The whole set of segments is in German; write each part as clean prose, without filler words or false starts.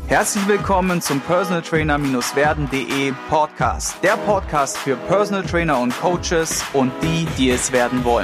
Herzlich willkommen zum Personal Trainer-werden.de Podcast. Der Podcast für Personal Trainer und Coaches und die, die es werden wollen.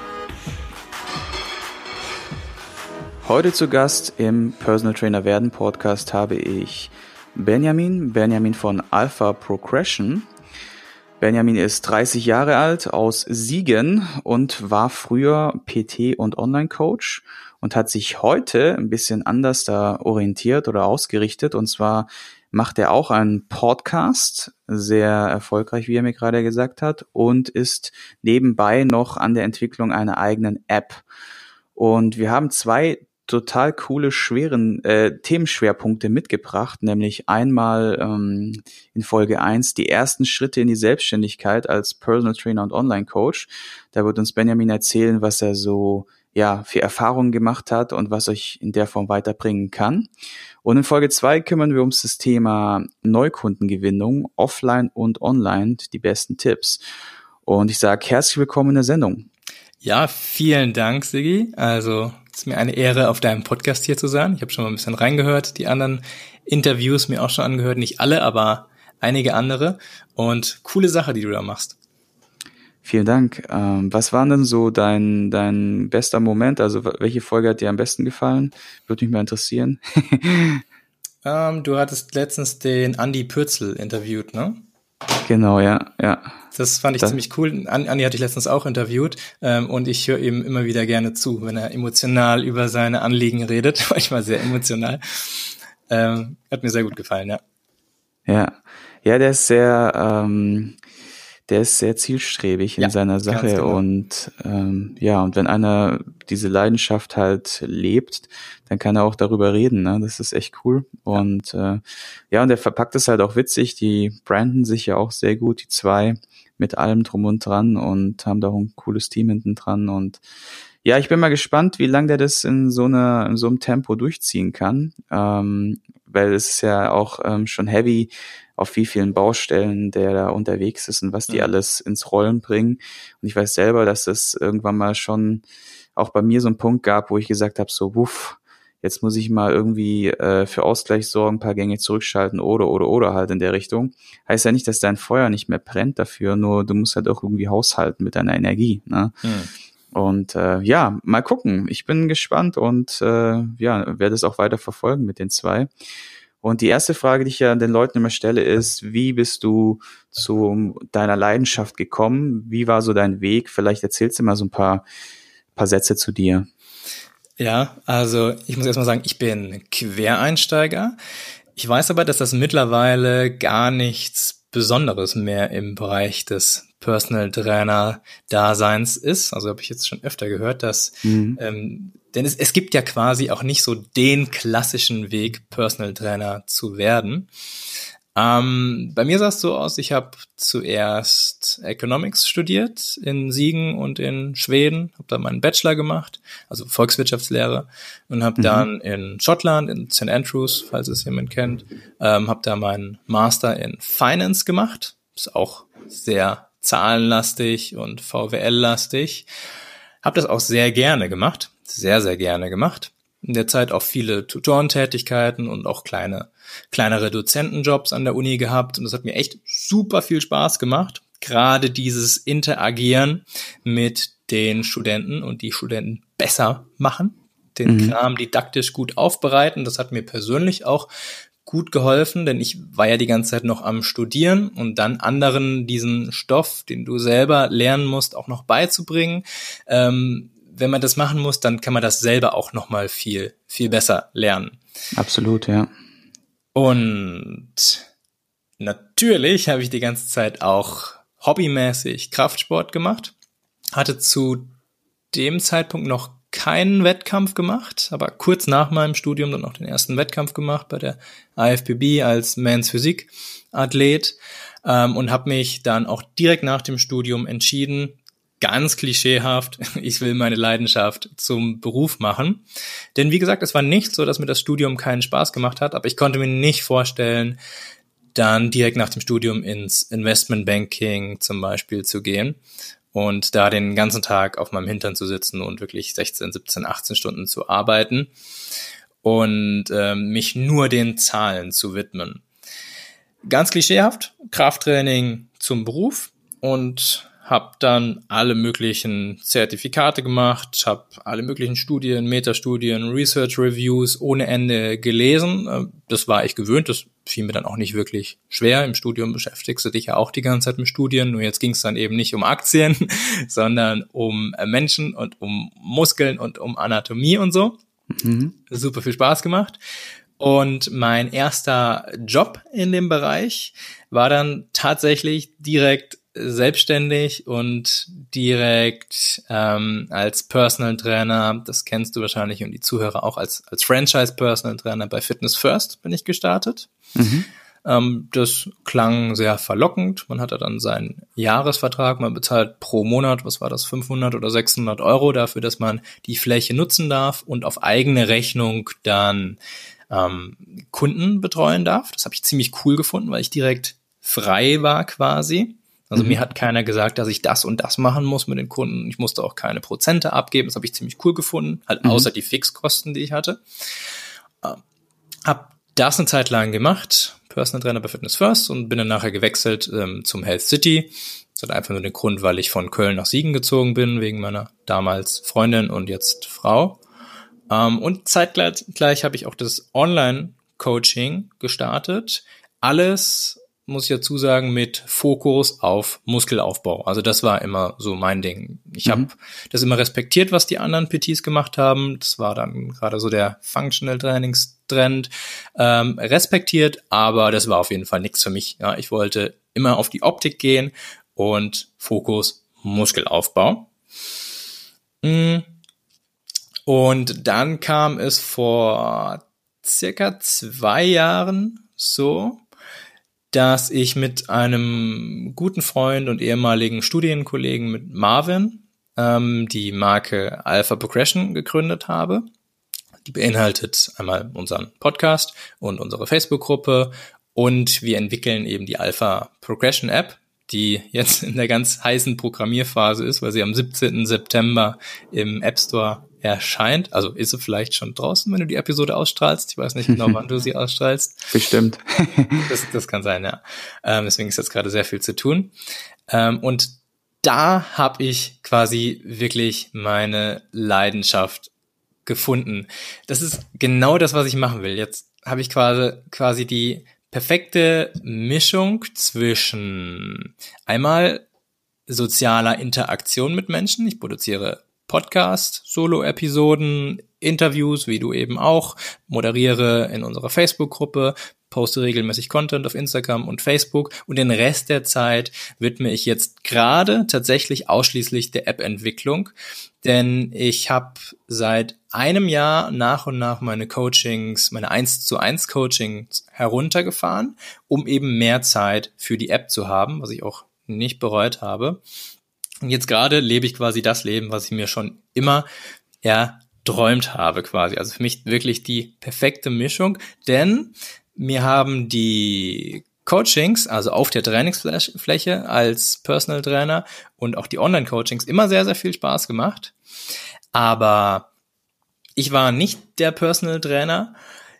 Heute zu Gast im Personal Trainer werden Podcast habe ich Benjamin von Alpha Progression. Benjamin ist 30 Jahre alt, aus Siegen und war früher PT und Online-Coach und hat sich heute ein bisschen anders da orientiert oder ausgerichtet. Und zwar macht er auch einen Podcast, sehr erfolgreich, wie er mir gerade gesagt hat, und ist nebenbei noch an der Entwicklung einer eigenen App. Und wir haben zwei total coole, Themenschwerpunkte mitgebracht, nämlich einmal in Folge 1 die ersten Schritte in die Selbstständigkeit als Personal Trainer und Online-Coach. Da wird uns Benjamin erzählen, was er so für Erfahrungen gemacht hat und was euch in der Form weiterbringen kann. Und in Folge 2 kümmern wir uns das Thema Neukundengewinnung, offline und online, die besten Tipps. Und ich sage herzlich willkommen in der Sendung. Ja, vielen Dank, Siggi. Also es ist mir eine Ehre, auf deinem Podcast hier zu sein. Ich habe schon mal ein bisschen reingehört, die anderen Interviews mir auch schon angehört. Nicht alle, aber einige andere. Und coole Sache, die du da machst. Vielen Dank. Was war denn so dein bester Moment? Also welche Folge hat dir am besten gefallen? Würde mich mal interessieren. Du hattest letztens den Andi Pürzel interviewt, ne? Genau, ja. Das fand ich ziemlich cool. Andi hatte ich letztens auch interviewt und ich höre ihm immer wieder gerne zu, wenn er emotional über seine Anliegen redet. Manchmal sehr emotional. Hat mir sehr gut gefallen, ja. Ja, der ist sehr zielstrebig in seiner Sache, genau. Und und wenn einer diese Leidenschaft halt lebt, dann kann er auch darüber reden, ne? Das ist echt cool. Und und er verpackt es halt auch witzig, die branden sich ja auch sehr gut, die zwei, mit allem drum und dran und haben da auch ein cooles Team hinten dran. Und ja, ich bin mal gespannt, wie lange der das in so einem Tempo durchziehen kann, weil es ist ja auch schon heavy, auf wie vielen Baustellen der da unterwegs ist und was die alles ins Rollen bringen. Und ich weiß selber, dass es irgendwann mal schon auch bei mir so einen Punkt gab, wo ich gesagt habe, so jetzt muss ich mal irgendwie für Ausgleich sorgen, ein paar Gänge zurückschalten oder halt in der Richtung. Heißt ja nicht, dass dein Feuer nicht mehr brennt dafür, nur du musst halt auch irgendwie haushalten mit deiner Energie, ne? Und mal gucken. Ich bin gespannt und werde es auch weiter verfolgen mit den zwei. Und die erste Frage, die ich ja den Leuten immer stelle, ist, wie bist du zu deiner Leidenschaft gekommen? Wie war so dein Weg? Vielleicht erzählst du mal so ein paar Sätze zu dir. Ja, also ich muss erstmal sagen, ich bin Quereinsteiger. Ich weiß aber, dass das mittlerweile gar nichts Besonderes mehr im Bereich des Personal Trainer Daseins ist. Also habe ich jetzt schon öfter gehört, dass denn es gibt ja quasi auch nicht so den klassischen Weg, Personal Trainer zu werden. Bei mir sah es so aus, ich habe zuerst Economics studiert in Siegen und in Schweden, habe da meinen Bachelor gemacht, also Volkswirtschaftslehre, und habe dann in Schottland, in St. Andrews, falls es jemand kennt, habe da meinen Master in Finance gemacht. Ist auch sehr zahlenlastig und VWL-lastig. Habe das auch sehr gerne gemacht, sehr, sehr gerne gemacht. In der Zeit auch viele Tutorentätigkeiten und auch kleinere Dozentenjobs an der Uni gehabt. Und das hat mir echt super viel Spaß gemacht. Gerade dieses Interagieren mit den Studenten und die Studenten besser machen, den Kram didaktisch gut aufbereiten. Das hat mir persönlich auch gut geholfen, denn ich war ja die ganze Zeit noch am Studieren und dann anderen diesen Stoff, den du selber lernen musst, auch noch beizubringen. Wenn man das machen muss, dann kann man das selber auch noch mal viel, viel besser lernen. Absolut, ja. Und natürlich habe ich die ganze Zeit auch hobbymäßig Kraftsport gemacht. Hatte zu dem Zeitpunkt noch keinen Wettkampf gemacht, aber kurz nach meinem Studium dann auch den ersten Wettkampf gemacht bei der IFBB als Men's Physik Athlet und habe mich dann auch direkt nach dem Studium entschieden, ganz klischeehaft, ich will meine Leidenschaft zum Beruf machen. Denn wie gesagt, es war nicht so, dass mir das Studium keinen Spaß gemacht hat, aber ich konnte mir nicht vorstellen, dann direkt nach dem Studium ins Investmentbanking zum Beispiel zu gehen und da den ganzen Tag auf meinem Hintern zu sitzen und wirklich 16, 17, 18 Stunden zu arbeiten. und mich nur den Zahlen zu widmen. Ganz klischeehaft, Krafttraining zum Beruf und habe dann alle möglichen Zertifikate gemacht, habe alle möglichen Studien, Metastudien, Research Reviews ohne Ende gelesen. Das war ich gewöhnt, das fiel mir dann auch nicht wirklich schwer. Im Studium beschäftigst du dich ja auch die ganze Zeit mit Studien, nur jetzt ging es dann eben nicht um Aktien, sondern um Menschen und um Muskeln und um Anatomie und so. Super viel Spaß gemacht. Und mein erster Job in dem Bereich war dann tatsächlich direkt selbstständig und direkt als Personal Trainer, das kennst du wahrscheinlich und die Zuhörer auch, als Franchise Personal Trainer bei Fitness First bin ich gestartet. Das klang sehr verlockend. Man hatte dann seinen Jahresvertrag, man bezahlt pro Monat, was war das, 500 oder 600 Euro dafür, dass man die Fläche nutzen darf und auf eigene Rechnung dann Kunden betreuen darf. Das habe ich ziemlich cool gefunden, weil ich direkt frei war quasi. Also mir hat keiner gesagt, dass ich das und das machen muss mit den Kunden. Ich musste auch keine Prozente abgeben. Das habe ich ziemlich cool gefunden, halt außer die Fixkosten, die ich hatte. Hab das eine Zeit lang gemacht, Personal Trainer bei Fitness First, und bin dann nachher gewechselt zum Health City. Das hat einfach nur den Grund, weil ich von Köln nach Siegen gezogen bin, wegen meiner damals Freundin und jetzt Frau. Und zeitgleich habe ich auch das Online-Coaching gestartet. Alles, muss ich dazu sagen, mit Fokus auf Muskelaufbau. Also das war immer so mein Ding. Ich habe das immer respektiert, was die anderen PTs gemacht haben. Das war dann gerade so der Functional Trainingstrend. Respektiert, aber das war auf jeden Fall nichts für mich. Ja, ich wollte immer auf die Optik gehen und Fokus Muskelaufbau. Und dann kam es vor circa 2 Jahren so, dass ich mit einem guten Freund und ehemaligen Studienkollegen, mit Marvin, die Marke Alpha Progression gegründet habe. Die beinhaltet einmal unseren Podcast und unsere Facebook-Gruppe, und wir entwickeln eben die Alpha Progression App, die jetzt in der ganz heißen Programmierphase ist, weil sie am 17. September im App Store erscheint. Also ist sie vielleicht schon draußen, wenn du die Episode ausstrahlst. Ich weiß nicht genau, wann du sie ausstrahlst. Bestimmt. Das kann sein, ja. Deswegen ist jetzt gerade sehr viel zu tun. Und da habe ich quasi wirklich meine Leidenschaft gefunden. Das ist genau das, was ich machen will. Jetzt habe ich quasi die perfekte Mischung zwischen einmal sozialer Interaktion mit Menschen. Ich produziere Podcast, Solo-Episoden, Interviews, wie du eben auch, moderiere in unserer Facebook-Gruppe, poste regelmäßig Content auf Instagram und Facebook, und den Rest der Zeit widme ich jetzt gerade tatsächlich ausschließlich der App-Entwicklung, denn ich habe seit einem Jahr nach und nach meine Coachings, meine 1:1 Coachings heruntergefahren, um eben mehr Zeit für die App zu haben, was ich auch nicht bereut habe. Und jetzt gerade lebe ich quasi das Leben, was ich mir schon immer erträumt habe quasi. Also für mich wirklich die perfekte Mischung, denn mir haben die Coachings, also auf der Trainingsfläche als Personal Trainer und auch die Online-Coachings immer sehr, sehr viel Spaß gemacht. Aber ich war nicht der Personal Trainer,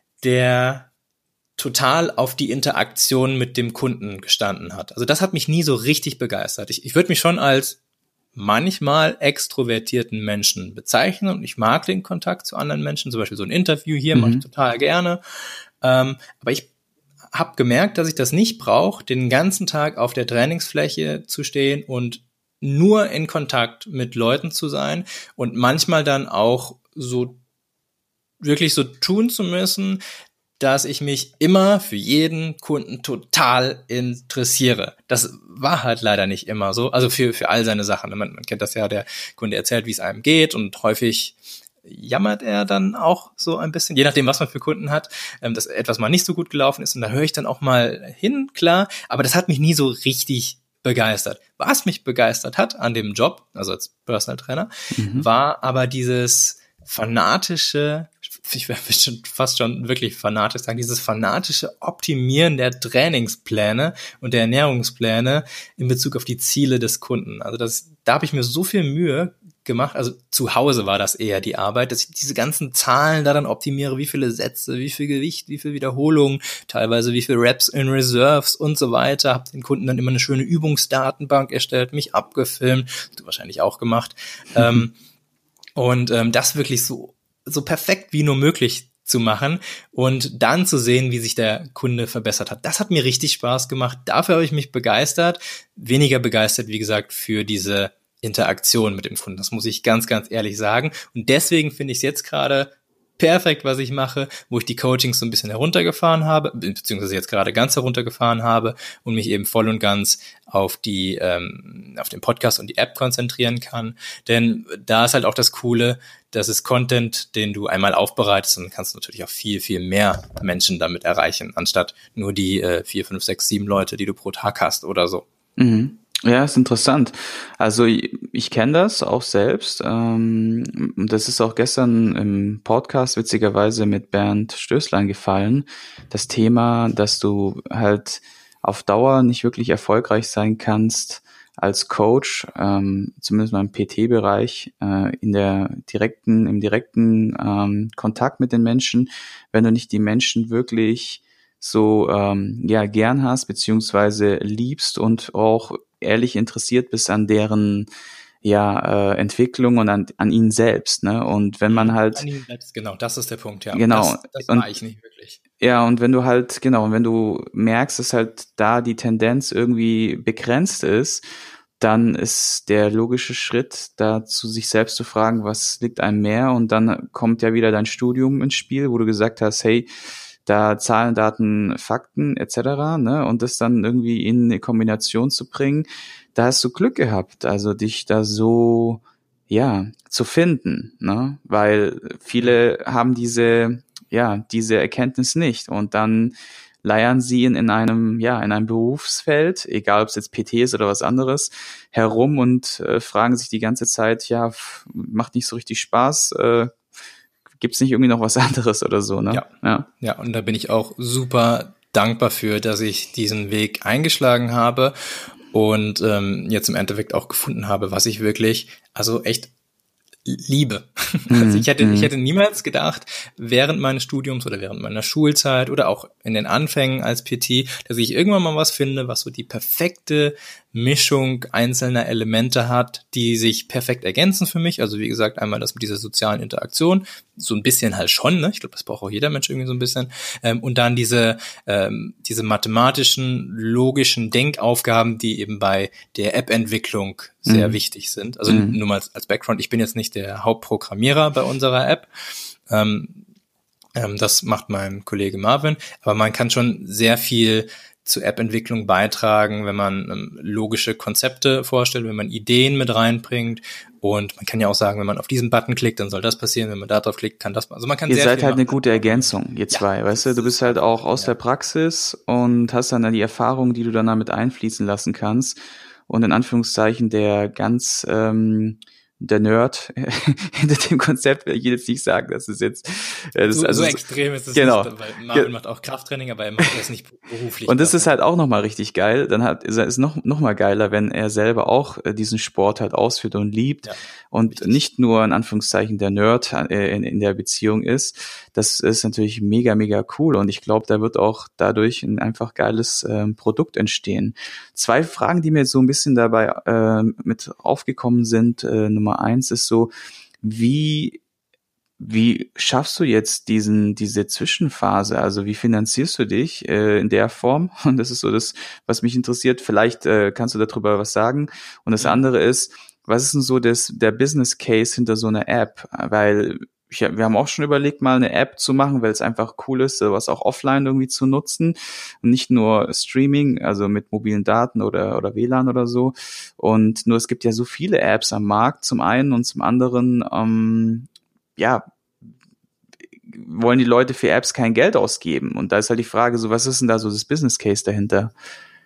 der total auf die Interaktion mit dem Kunden gestanden hat. Also das hat mich nie so richtig begeistert. Ich würde mich schon als manchmal extrovertierten Menschen bezeichnen, und ich mag den Kontakt zu anderen Menschen, zum Beispiel so ein Interview hier mache ich total gerne. Aber ich habe gemerkt, dass ich das nicht brauche, den ganzen Tag auf der Trainingsfläche zu stehen und nur in Kontakt mit Leuten zu sein und manchmal dann auch so wirklich so tun zu müssen, dass ich mich immer für jeden Kunden total interessiere. Das war halt leider nicht immer so, also für all seine Sachen. Man kennt das ja, der Kunde erzählt, wie es einem geht, und häufig jammert er dann auch so ein bisschen, je nachdem, was man für Kunden hat, dass etwas mal nicht so gut gelaufen ist, und da höre ich dann auch mal hin, klar, aber das hat mich nie so richtig begeistert. Was mich begeistert hat an dem Job, also als Personal Trainer, war aber dieses fanatische, ich werde fast schon wirklich fanatisch sagen, dieses fanatische Optimieren der Trainingspläne und der Ernährungspläne in Bezug auf die Ziele des Kunden. Also da habe ich mir so viel Mühe gemacht. Also zu Hause war das eher die Arbeit, dass ich diese ganzen Zahlen da dann optimiere, wie viele Sätze, wie viel Gewicht, wie viel Wiederholungen, teilweise wie viel Reps in Reserves und so weiter. Hab den Kunden dann immer eine schöne Übungsdatenbank erstellt, mich abgefilmt, du wahrscheinlich auch gemacht. Und das wirklich so perfekt wie nur möglich zu machen und dann zu sehen, wie sich der Kunde verbessert hat. Das hat mir richtig Spaß gemacht. Dafür habe ich mich begeistert. Weniger begeistert, wie gesagt, für diese Interaktion mit dem Kunden. Das muss ich ganz, ganz ehrlich sagen. Und deswegen finde ich es jetzt gerade perfekt, was ich mache, wo ich die Coachings so ein bisschen heruntergefahren habe, beziehungsweise jetzt gerade ganz heruntergefahren habe und mich eben voll und ganz auf den Podcast und die App konzentrieren kann. Denn da ist halt auch das Coole, das ist Content, den du einmal aufbereitest und kannst natürlich auch viel, viel mehr Menschen damit erreichen, anstatt nur die 4, 5, 6, 7 Leute, die du pro Tag hast oder so. Mhm. Ja, ist interessant. Also ich kenne das auch selbst. Das ist auch gestern im Podcast witzigerweise mit Bernd Stößlein gefallen. Das Thema, dass du halt auf Dauer nicht wirklich erfolgreich sein kannst als Coach, zumindest mal im PT-Bereich, im direkten Kontakt mit den Menschen, wenn du nicht die Menschen wirklich so gern hast, beziehungsweise liebst und auch ehrlich interessiert bist an deren Entwicklung und an ihnen selbst, ne? Und wenn man halt an ihnen selbst, genau, das ist der Punkt, ja. Genau. Das war ich nicht wirklich. Ja, und wenn du halt, genau, wenn du merkst, dass halt da die Tendenz irgendwie begrenzt ist, dann ist der logische Schritt, da zu sich selbst zu fragen, was liegt einem mehr? Und dann kommt ja wieder dein Studium ins Spiel, wo du gesagt hast, hey, da Zahlen, Daten, Fakten etc., ne, und das dann irgendwie in eine Kombination zu bringen, da hast du Glück gehabt, also dich da so zu finden, ne, weil viele haben diese Erkenntnis nicht und dann leiern sie in einem Berufsfeld, egal ob es jetzt PT ist oder was anderes, herum und fragen sich die ganze Zeit, macht nicht so richtig Spaß, gibt's nicht irgendwie noch was anderes oder so, ne? Ja, und da bin ich auch super dankbar für, dass ich diesen Weg eingeschlagen habe und jetzt im Endeffekt auch gefunden habe, was ich wirklich, also echt liebe. Also ich hätte niemals gedacht, während meines Studiums oder während meiner Schulzeit oder auch in den Anfängen als PT, dass ich irgendwann mal was finde, was so die perfekte Mischung einzelner Elemente hat, die sich perfekt ergänzen für mich. Also wie gesagt, einmal das mit dieser sozialen Interaktion, so ein bisschen halt schon, ne? Ich glaube, das braucht auch jeder Mensch irgendwie so ein bisschen. Und dann diese mathematischen, logischen Denkaufgaben, die eben bei der App-Entwicklung sehr wichtig sind. Also nur mal als Background, ich bin jetzt nicht der Hauptprogrammierer bei unserer App. Das macht mein Kollege Marvin, aber man kann schon sehr viel zur App-Entwicklung beitragen, wenn man logische Konzepte vorstellt, wenn man Ideen mit reinbringt. Und man kann ja auch sagen, wenn man auf diesen Button klickt, dann soll das passieren. Wenn man da drauf klickt, kann das. Also man kann ihr sehr seid viel halt machen. Eine gute Ergänzung, ihr zwei, weißt du? Du bist halt auch aus der Praxis und hast dann die Erfahrung, die du dann damit einfließen lassen kannst. Und in Anführungszeichen der Nerd hinter dem Konzept, will ich jetzt nicht sagen, dass es jetzt so extrem ist es genau. nicht, weil Marvin macht auch Krafttraining, aber er macht das nicht beruflich. Und das ist halt auch nochmal richtig geil. Dann ist es noch mal geiler, wenn er selber auch diesen Sport halt ausführt und liebt und richtig. Nicht nur in Anführungszeichen der Nerd in der Beziehung ist. Das ist natürlich mega, mega cool und ich glaube, da wird auch dadurch ein einfach geiles Produkt entstehen. 2 Fragen, die mir jetzt so ein bisschen dabei mit aufgekommen sind. Nummer 1 ist so, wie schaffst du jetzt diese Zwischenphase? Also wie finanzierst du dich in der Form? Und das ist so das, was mich interessiert. Vielleicht kannst du darüber was sagen. Und das andere ist, was ist denn so der Business Case hinter so einer App? Weil wir haben auch schon überlegt, mal eine App zu machen, weil es einfach cool ist, was auch offline irgendwie zu nutzen und nicht nur Streaming, also mit mobilen Daten oder WLAN oder so. Und nur es gibt ja so viele Apps am Markt zum einen und zum anderen, wollen die Leute für Apps kein Geld ausgeben. Und da ist halt die Frage, so was ist denn da so das Business Case dahinter?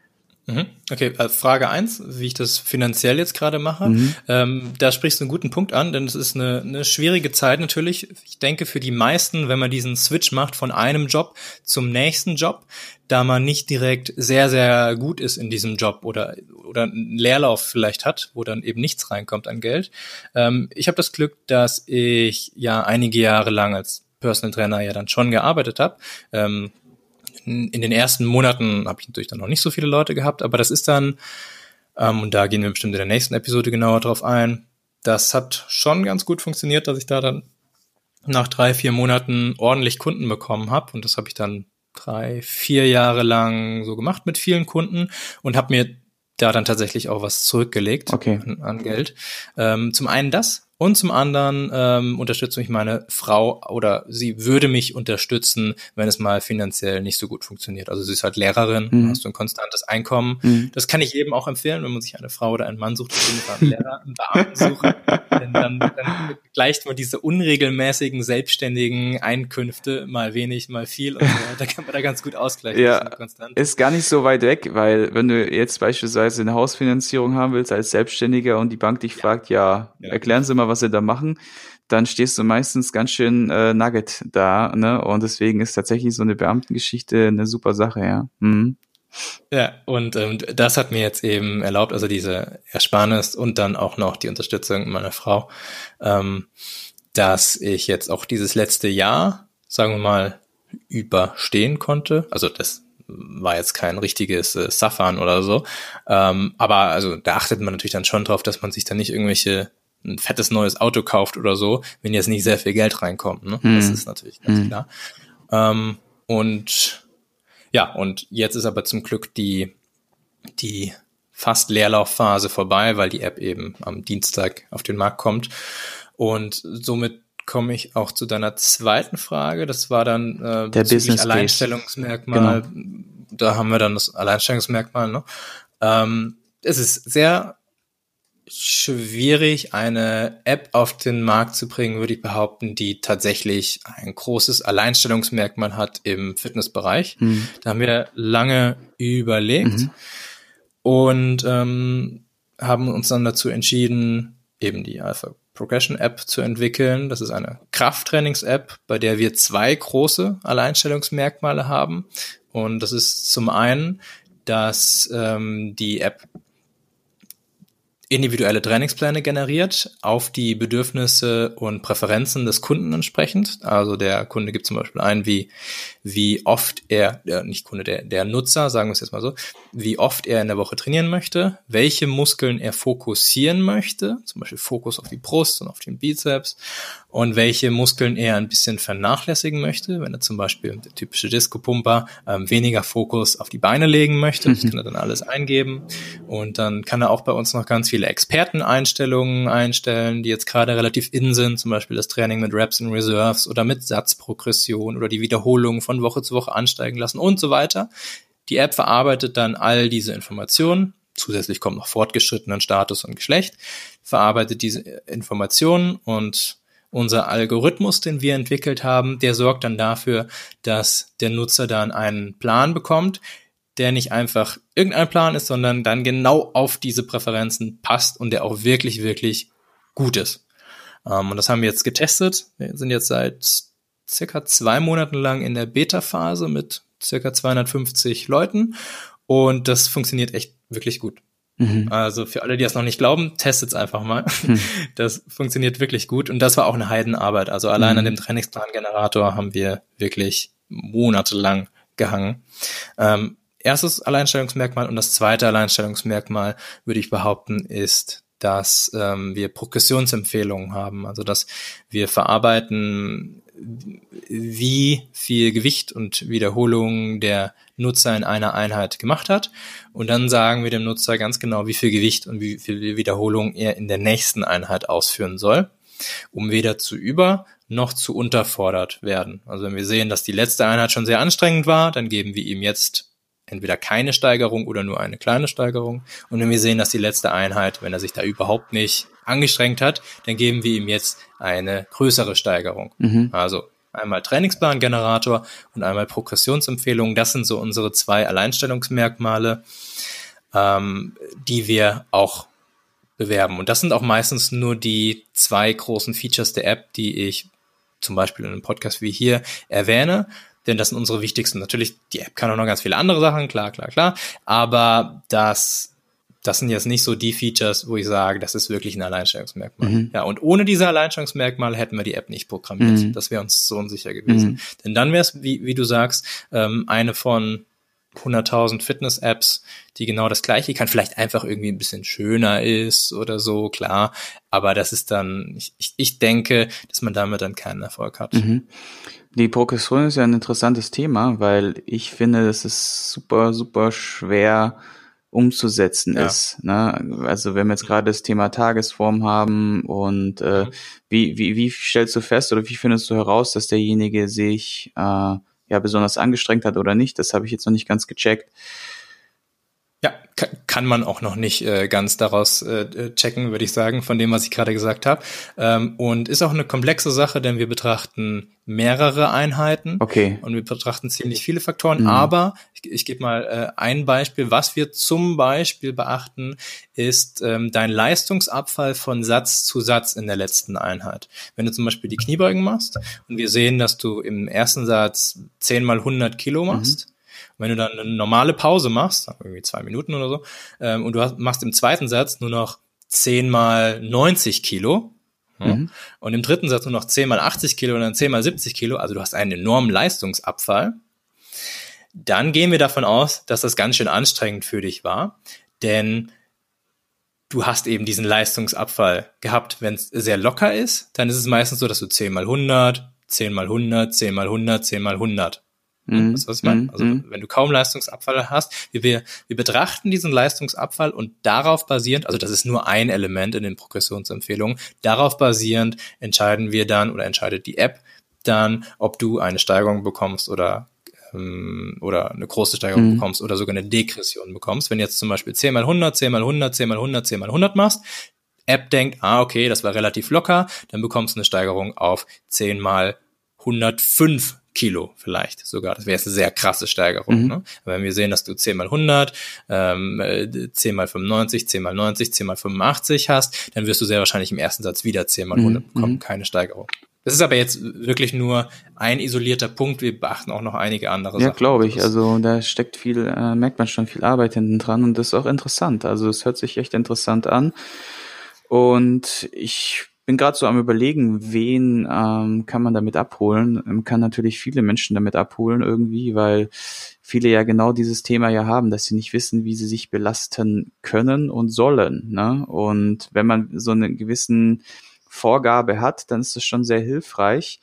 Okay, Frage 1, wie ich das finanziell jetzt gerade mache. Da sprichst du einen guten Punkt an, denn es ist eine schwierige Zeit natürlich. Ich denke für die meisten, wenn man diesen Switch macht von einem Job zum nächsten Job, da man nicht direkt sehr, sehr gut ist in diesem Job oder einen Leerlauf vielleicht hat, wo dann eben nichts reinkommt an Geld. Ich habe das Glück, dass ich ja einige Jahre lang als Personal Trainer ja dann schon gearbeitet habe. In den ersten Monaten habe ich natürlich dann noch nicht so viele Leute gehabt, aber das ist dann, und da gehen wir bestimmt in der nächsten Episode genauer drauf ein, das hat schon ganz gut funktioniert, dass ich da dann nach 3-4 Monaten ordentlich Kunden bekommen habe, und das habe ich dann 3-4 Jahre lang so gemacht mit vielen Kunden und habe mir da dann tatsächlich auch was zurückgelegt an Geld. Zum einen das. Und zum anderen unterstützt mich meine Frau, oder sie würde mich unterstützen, wenn es mal finanziell nicht so gut funktioniert. Also sie ist halt Lehrerin, hast du ein konstantes Einkommen. Das kann ich jedem auch empfehlen, wenn man sich eine Frau oder einen Mann sucht, einen Lehrer, einen Beamten suchen. Denn dann gleicht man diese unregelmäßigen, selbstständigen Einkünfte, mal wenig, mal viel, und da kann man da ganz gut ausgleichen. Ja, ist gar nicht so weit weg, weil wenn du jetzt beispielsweise eine Hausfinanzierung haben willst als Selbstständiger und die Bank dich fragt, erklären Sie mal, was sie da machen, dann stehst du meistens ganz schön nugget da, ne? Und deswegen ist tatsächlich so eine Beamtengeschichte eine super Sache, ja. Ja, und das hat mir jetzt eben erlaubt, also diese Ersparnis und dann auch noch die Unterstützung meiner Frau, dass ich jetzt auch dieses letzte Jahr, sagen wir mal, überstehen konnte. Also das war jetzt kein richtiges Suffern oder so, aber also da achtet man natürlich dann schon drauf, dass man sich dann nicht ein fettes neues Auto kauft oder so, wenn jetzt nicht sehr viel Geld reinkommt, ne? Das ist natürlich ganz klar. Und jetzt ist aber zum Glück die fast Leerlaufphase vorbei, weil die App eben am Dienstag auf den Markt kommt. Und somit komme ich auch zu deiner zweiten Frage. Das war dann der Business Alleinstellungsmerkmal. Genau. Da haben wir dann das Alleinstellungsmerkmal, ne? Es ist sehr schwierig, eine App auf den Markt zu bringen, würde ich behaupten, die tatsächlich ein großes Alleinstellungsmerkmal hat im Fitnessbereich. Da haben wir lange überlegt und haben uns dann dazu entschieden, eben die Alpha Progression App zu entwickeln. Das ist eine Krafttrainings-App, bei der wir 2 große Alleinstellungsmerkmale haben. Und das ist zum einen, dass die App individuelle Trainingspläne generiert, auf die Bedürfnisse und Präferenzen des Kunden entsprechend. Also der Kunde gibt zum Beispiel ein, wie oft der Nutzer, sagen wir es jetzt mal so, wie oft er in der Woche trainieren möchte, welche Muskeln er fokussieren möchte, zum Beispiel Fokus auf die Brust und auf den Bizeps, und welche Muskeln er ein bisschen vernachlässigen möchte, wenn er zum Beispiel, der typische Disco-Pumper, weniger Fokus auf die Beine legen möchte. Das kann er dann alles eingeben. Und dann kann er auch bei uns noch ganz viele Experteneinstellungen einstellen, die jetzt gerade relativ in sind, zum Beispiel das Training mit Reps and Reserves oder mit Satzprogression oder die Wiederholungen von Woche zu Woche ansteigen lassen und so weiter. Die App verarbeitet dann all diese Informationen. Zusätzlich kommt noch fortgeschrittenen Status und Geschlecht, verarbeitet diese Informationen, und unser Algorithmus, den wir entwickelt haben, der sorgt dann dafür, dass der Nutzer dann einen Plan bekommt, der nicht einfach irgendein Plan ist, sondern dann genau auf diese Präferenzen passt und der auch wirklich, wirklich gut ist. Und das haben wir jetzt getestet. Wir sind jetzt seit circa 2 Monaten lang in der Beta-Phase mit circa 250 Leuten, und das funktioniert echt wirklich gut. Also für alle, die das noch nicht glauben, testet's einfach mal. Das funktioniert wirklich gut, und das war auch eine Heidenarbeit. Also allein an dem Trainingsplan-Generator haben wir wirklich monatelang gehangen. Erstes Alleinstellungsmerkmal, und das zweite Alleinstellungsmerkmal, würde ich behaupten, ist, dass wir Progressionsempfehlungen haben. Also dass wir verarbeiten, wie viel Gewicht und Wiederholungen der Nutzer in einer Einheit gemacht hat, und dann sagen wir dem Nutzer ganz genau, wie viel Gewicht und wie viel Wiederholung er in der nächsten Einheit ausführen soll, um weder zu noch zu unterfordert werden. Also wenn wir sehen, dass die letzte Einheit schon sehr anstrengend war, dann geben wir ihm jetzt entweder keine Steigerung oder nur eine kleine Steigerung. Und wenn wir sehen, dass die letzte Einheit, wenn er sich da überhaupt nicht angestrengt hat, dann geben wir ihm jetzt eine größere Steigerung. Also einmal Trainingsplan-Generator und einmal Progressionsempfehlungen. Das sind so unsere 2 Alleinstellungsmerkmale. die wir auch bewerben. Und das sind auch meistens nur die 2 großen Features der App, die ich zum Beispiel in einem Podcast wie hier erwähne, denn das sind unsere wichtigsten. Natürlich, die App kann auch noch ganz viele andere Sachen, klar, aber das sind jetzt nicht so die Features, wo ich sage, das ist wirklich ein Alleinstellungsmerkmal. Mhm. Ja, und ohne diese Alleinstellungsmerkmale hätten wir die App nicht programmiert. Mhm. Das wäre uns so unsicher gewesen. Mhm. Denn dann wäre es, wie du sagst, eine von 100.000 Fitness-Apps, die genau das Gleiche kann, vielleicht einfach irgendwie ein bisschen schöner ist oder so, klar. Aber das ist dann, ich denke, dass man damit dann keinen Erfolg hat. Mhm. Die Progression ist ja ein interessantes Thema, weil ich finde, dass es super, super schwer umzusetzen ist. Ne? Also wenn wir jetzt gerade das Thema Tagesform haben und wie stellst du fest oder wie findest du heraus, dass derjenige sich besonders angestrengt hat oder nicht? Das habe ich jetzt noch nicht ganz gecheckt. Ja, kann man auch noch nicht ganz daraus checken, würde ich sagen, von dem, was ich gerade gesagt habe. Und ist auch eine komplexe Sache, denn wir betrachten mehrere Einheiten. Okay. Und wir betrachten ziemlich viele Faktoren. Mhm. Aber ich gebe mal ein Beispiel. Was wir zum Beispiel beachten, ist dein Leistungsabfall von Satz zu Satz in der letzten Einheit. Wenn du zum Beispiel die Kniebeugen machst und wir sehen, dass du im ersten Satz 10 mal 100 Kilo machst, wenn du dann eine normale Pause machst, irgendwie 2 Minuten oder so, und du machst im zweiten Satz nur noch 10 mal 90 Kilo, und im dritten Satz nur noch 10 mal 80 Kilo und dann 10 mal 70 Kilo, also du hast einen enormen Leistungsabfall, dann gehen wir davon aus, dass das ganz schön anstrengend für dich war, denn du hast eben diesen Leistungsabfall gehabt. Wenn es sehr locker ist, dann ist es meistens so, dass du 10 mal 100, 10 mal 100, 10 mal 100, 10 mal 100. Weißt du, was ich meine? Also wenn du kaum Leistungsabfall hast, wir betrachten diesen Leistungsabfall und darauf basierend, also das ist nur ein Element in den Progressionsempfehlungen, darauf basierend entscheiden wir dann oder entscheidet die App dann, ob du eine Steigerung bekommst oder eine große Steigerung bekommst oder sogar eine Degression bekommst. Wenn du jetzt zum Beispiel 10 mal 100, 10 mal 100, 10 mal 100, 10 mal 100 machst, App denkt, okay, das war relativ locker, dann bekommst du eine Steigerung auf 10 mal 105 Kilo vielleicht sogar. Das wäre jetzt eine sehr krasse Steigerung. Ne? Aber wenn wir sehen, dass du 10 mal 100, 10 mal 95, 10 mal 90, 10 mal 85 hast, dann wirst du sehr wahrscheinlich im ersten Satz wieder 10 mal 100 bekommen, keine Steigerung. Das ist aber jetzt wirklich nur ein isolierter Punkt. Wir beachten auch noch einige andere Sachen. Ja, glaube ich. Also da steckt viel, merkt man schon viel Arbeit hinten dran und das ist auch interessant. Also es hört sich echt interessant an. Und ich bin gerade so am Überlegen, wen kann man damit abholen. Man kann natürlich viele Menschen damit abholen irgendwie, weil viele ja genau dieses Thema ja haben, dass sie nicht wissen, wie sie sich belasten können und sollen. Ne? Und wenn man so eine gewissen Vorgabe hat, dann ist das schon sehr hilfreich.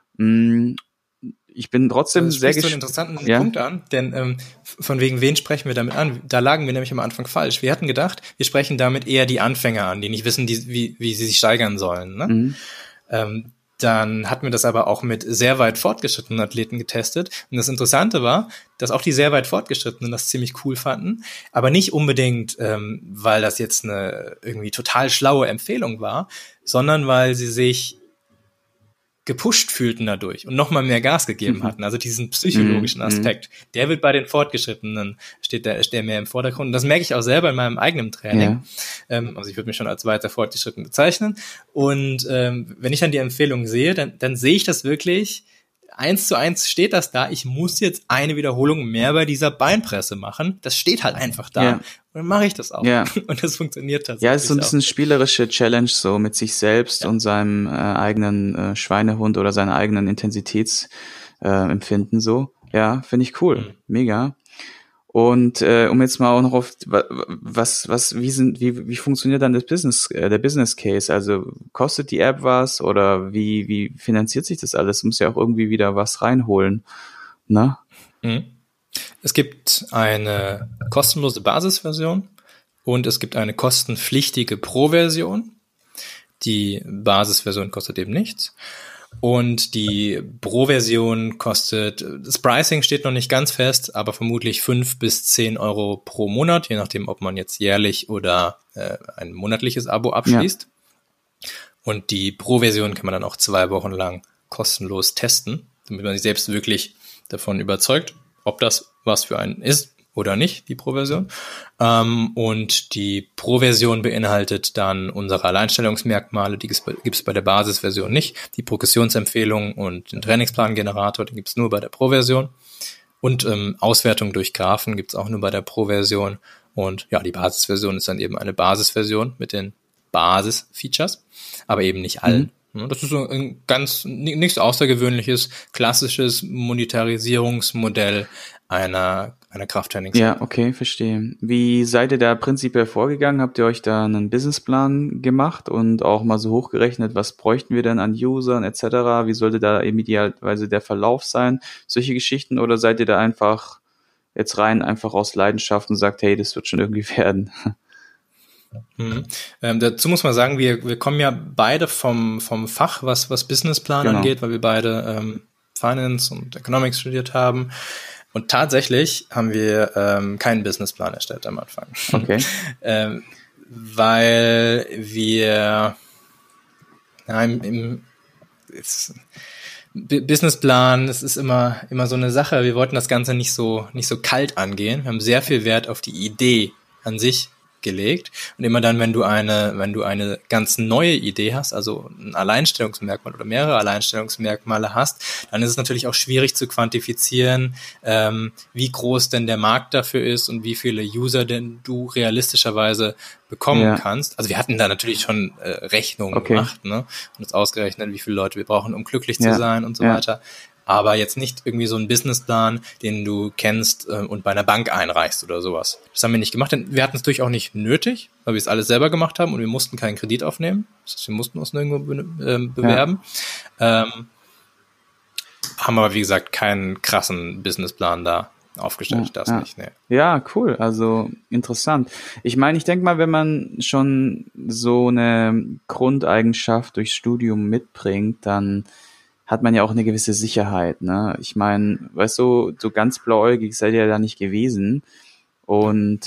Ich bin trotzdem sehr gespannt. Du sprichst so einen interessanten Punkt an, denn von wegen wen sprechen wir damit an? Da lagen wir nämlich am Anfang falsch. Wir hatten gedacht, wir sprechen damit eher die Anfänger an, die nicht wissen, wie sie sich steigern sollen. Ne? Dann hatten wir das aber auch mit sehr weit fortgeschrittenen Athleten getestet. Und das Interessante war, dass auch die sehr weit fortgeschrittenen das ziemlich cool fanden, aber nicht unbedingt, weil das jetzt eine irgendwie total schlaue Empfehlung war, sondern weil sie sich gepusht fühlten dadurch und nochmal mehr Gas gegeben hatten. Also diesen psychologischen Aspekt, der wird bei den Fortgeschrittenen, steht mehr im Vordergrund. Und das merke ich auch selber in meinem eigenen Training. Ja. Also ich würde mich schon als weiter fortgeschritten bezeichnen. Und wenn ich dann die Empfehlung sehe, dann sehe ich das wirklich, 1:1 steht das da, ich muss jetzt eine Wiederholung mehr bei dieser Beinpresse machen. Das steht halt einfach da. Ja. Und dann mache ich das auch. Ja. Und das funktioniert tatsächlich. Ja, es ist so ein bisschen spielerische Challenge so mit sich selbst und seinem eigenen Schweinehund oder seinem eigenen Intensitätsempfinden so. Ja, finde ich cool. Mega. Und um jetzt mal auch noch auf wie funktioniert dann der Business Case? Also kostet die App was oder wie finanziert sich das alles? Muss ja auch irgendwie wieder was reinholen, ne? Es gibt eine kostenlose Basisversion und es gibt eine kostenpflichtige Pro-Version. Die Basisversion kostet eben nichts. Und die Pro-Version kostet, das Pricing steht noch nicht ganz fest, aber vermutlich 5 bis 10 Euro pro Monat, je nachdem, ob man jetzt jährlich oder ein monatliches Abo abschließt. Ja. Und die Pro-Version kann man dann auch 2 Wochen lang kostenlos testen, damit man sich selbst wirklich davon überzeugt, ob das was für einen ist oder nicht, die Pro-Version. Und die Pro-Version beinhaltet dann unsere Alleinstellungsmerkmale, die gibt's bei der Basisversion nicht. Die Progressionsempfehlung und den Trainingsplan-Generator, den gibt's nur bei der Pro-Version. Und Auswertung durch Graphen gibt's auch nur bei der Pro-Version. Und ja, die Basisversion ist dann eben eine Basisversion mit den Basis-Features, aber eben nicht allen. Das ist so ein ganz nichts Außergewöhnliches, klassisches Monetarisierungsmodell einer Krafttraining. Ja, okay, verstehe. Wie seid ihr da prinzipiell vorgegangen? Habt ihr euch da einen Businessplan gemacht und auch mal so hochgerechnet, was bräuchten wir denn an Usern etc.? Wie sollte da idealerweise der Verlauf sein? Solche Geschichten, oder seid ihr da einfach jetzt rein einfach aus Leidenschaft und sagt, hey, das wird schon irgendwie werden? Dazu muss man sagen, wir kommen ja beide vom Fach, was Businessplan angeht, weil wir beide Finance und Economics studiert haben. Und tatsächlich haben wir keinen Businessplan erstellt am Anfang. Okay. Weil wir Businessplan, es ist immer so eine Sache. Wir wollten das Ganze nicht so kalt angehen. Wir haben sehr viel Wert auf die Idee an sich gelegt. Und immer dann, wenn du eine ganz neue Idee hast, also ein Alleinstellungsmerkmal oder mehrere Alleinstellungsmerkmale hast, dann ist es natürlich auch schwierig zu quantifizieren, wie groß denn der Markt dafür ist und wie viele User denn du realistischerweise bekommen kannst. Also wir hatten da natürlich schon Rechnungen gemacht, ne? Und uns ausgerechnet, wie viele Leute wir brauchen, um glücklich zu sein und so weiter. Aber jetzt nicht irgendwie so einen Businessplan, den du kennst und bei einer Bank einreichst oder sowas. Das haben wir nicht gemacht, denn wir hatten es natürlich auch nicht nötig, weil wir es alles selber gemacht haben und wir mussten keinen Kredit aufnehmen. Das heißt, wir mussten uns nirgendwo bewerben. Haben aber, wie gesagt, keinen krassen Businessplan da aufgestellt. Nicht. Nee. Ja, cool. Also interessant. Ich meine, ich denke mal, wenn man schon so eine Grundeigenschaft durchs Studium mitbringt, dann hat man ja auch eine gewisse Sicherheit, ne? Ich meine, weißt du, so ganz blauäugig seid ihr da nicht gewesen und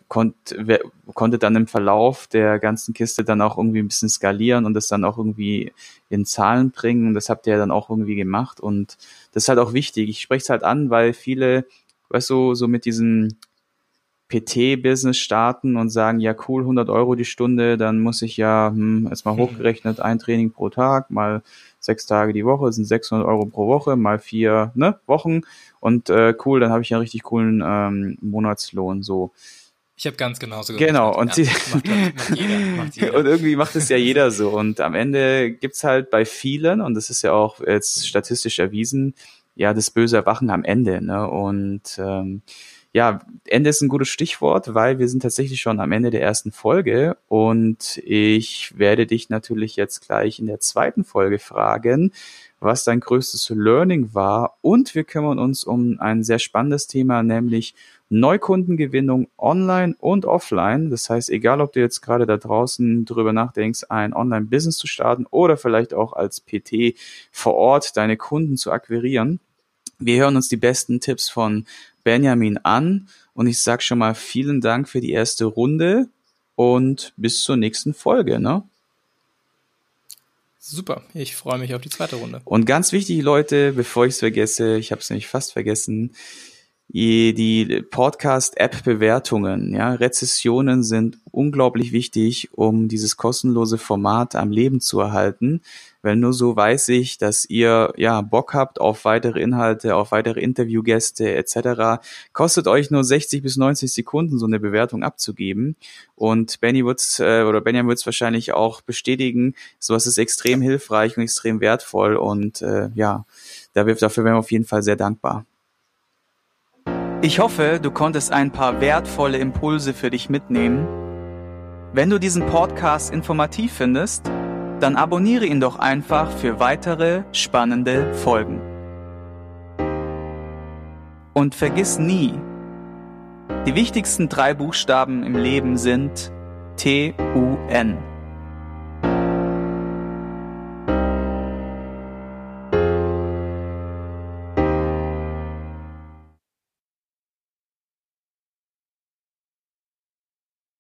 konnte dann im Verlauf der ganzen Kiste dann auch irgendwie ein bisschen skalieren und das dann auch irgendwie in Zahlen bringen, und das habt ihr ja dann auch irgendwie gemacht, und das ist halt auch wichtig. Ich spreche es halt an, weil viele, weißt du, so mit diesem PT-Business starten und sagen, ja cool, 100 € die Stunde, dann muss ich ja, jetzt mal hochgerechnet, ein Training pro Tag, mal 6 Tage die Woche, sind 600 € pro Woche, mal 4 Wochen, und cool, dann habe ich ja einen richtig coolen Monatslohn, so. Ich habe ganz genauso gemacht. Genau, und macht jeder. Und irgendwie macht es ja jeder so, und am Ende gibt's halt bei vielen, und das ist ja auch jetzt statistisch erwiesen, ja, das böse Erwachen am Ende, ne? Und Ende ist ein gutes Stichwort, weil wir sind tatsächlich schon am Ende der ersten Folge, und ich werde dich natürlich jetzt gleich in der zweiten Folge fragen, was dein größtes Learning war, und wir kümmern uns um ein sehr spannendes Thema, nämlich Neukundengewinnung online und offline. Das heißt, egal ob du jetzt gerade da draußen drüber nachdenkst, ein Online-Business zu starten oder vielleicht auch als PT vor Ort deine Kunden zu akquirieren. Wir hören uns die besten Tipps von Benjamin an, und ich sag schon mal vielen Dank für die erste Runde und bis zur nächsten Folge, ne? Super, ich freue mich auf die zweite Runde. Und ganz wichtig, Leute, bevor ich es vergesse, ich habe es nämlich fast vergessen, die Podcast-App-Bewertungen, ja, Rezessionen sind unglaublich wichtig, um dieses kostenlose Format am Leben zu erhalten, weil nur so weiß ich, dass ihr Bock habt auf weitere Inhalte, auf weitere Interviewgäste etc. Kostet euch nur 60 bis 90 Sekunden, so eine Bewertung abzugeben, und Benjamin wird's wahrscheinlich auch bestätigen. Sowas ist extrem hilfreich und extrem wertvoll, und dafür wären wir auf jeden Fall sehr dankbar. Ich hoffe, du konntest ein paar wertvolle Impulse für dich mitnehmen. Wenn du diesen Podcast informativ findest, dann abonniere ihn doch einfach für weitere spannende Folgen. Und vergiss nie, die wichtigsten 3 Buchstaben im Leben sind TUN.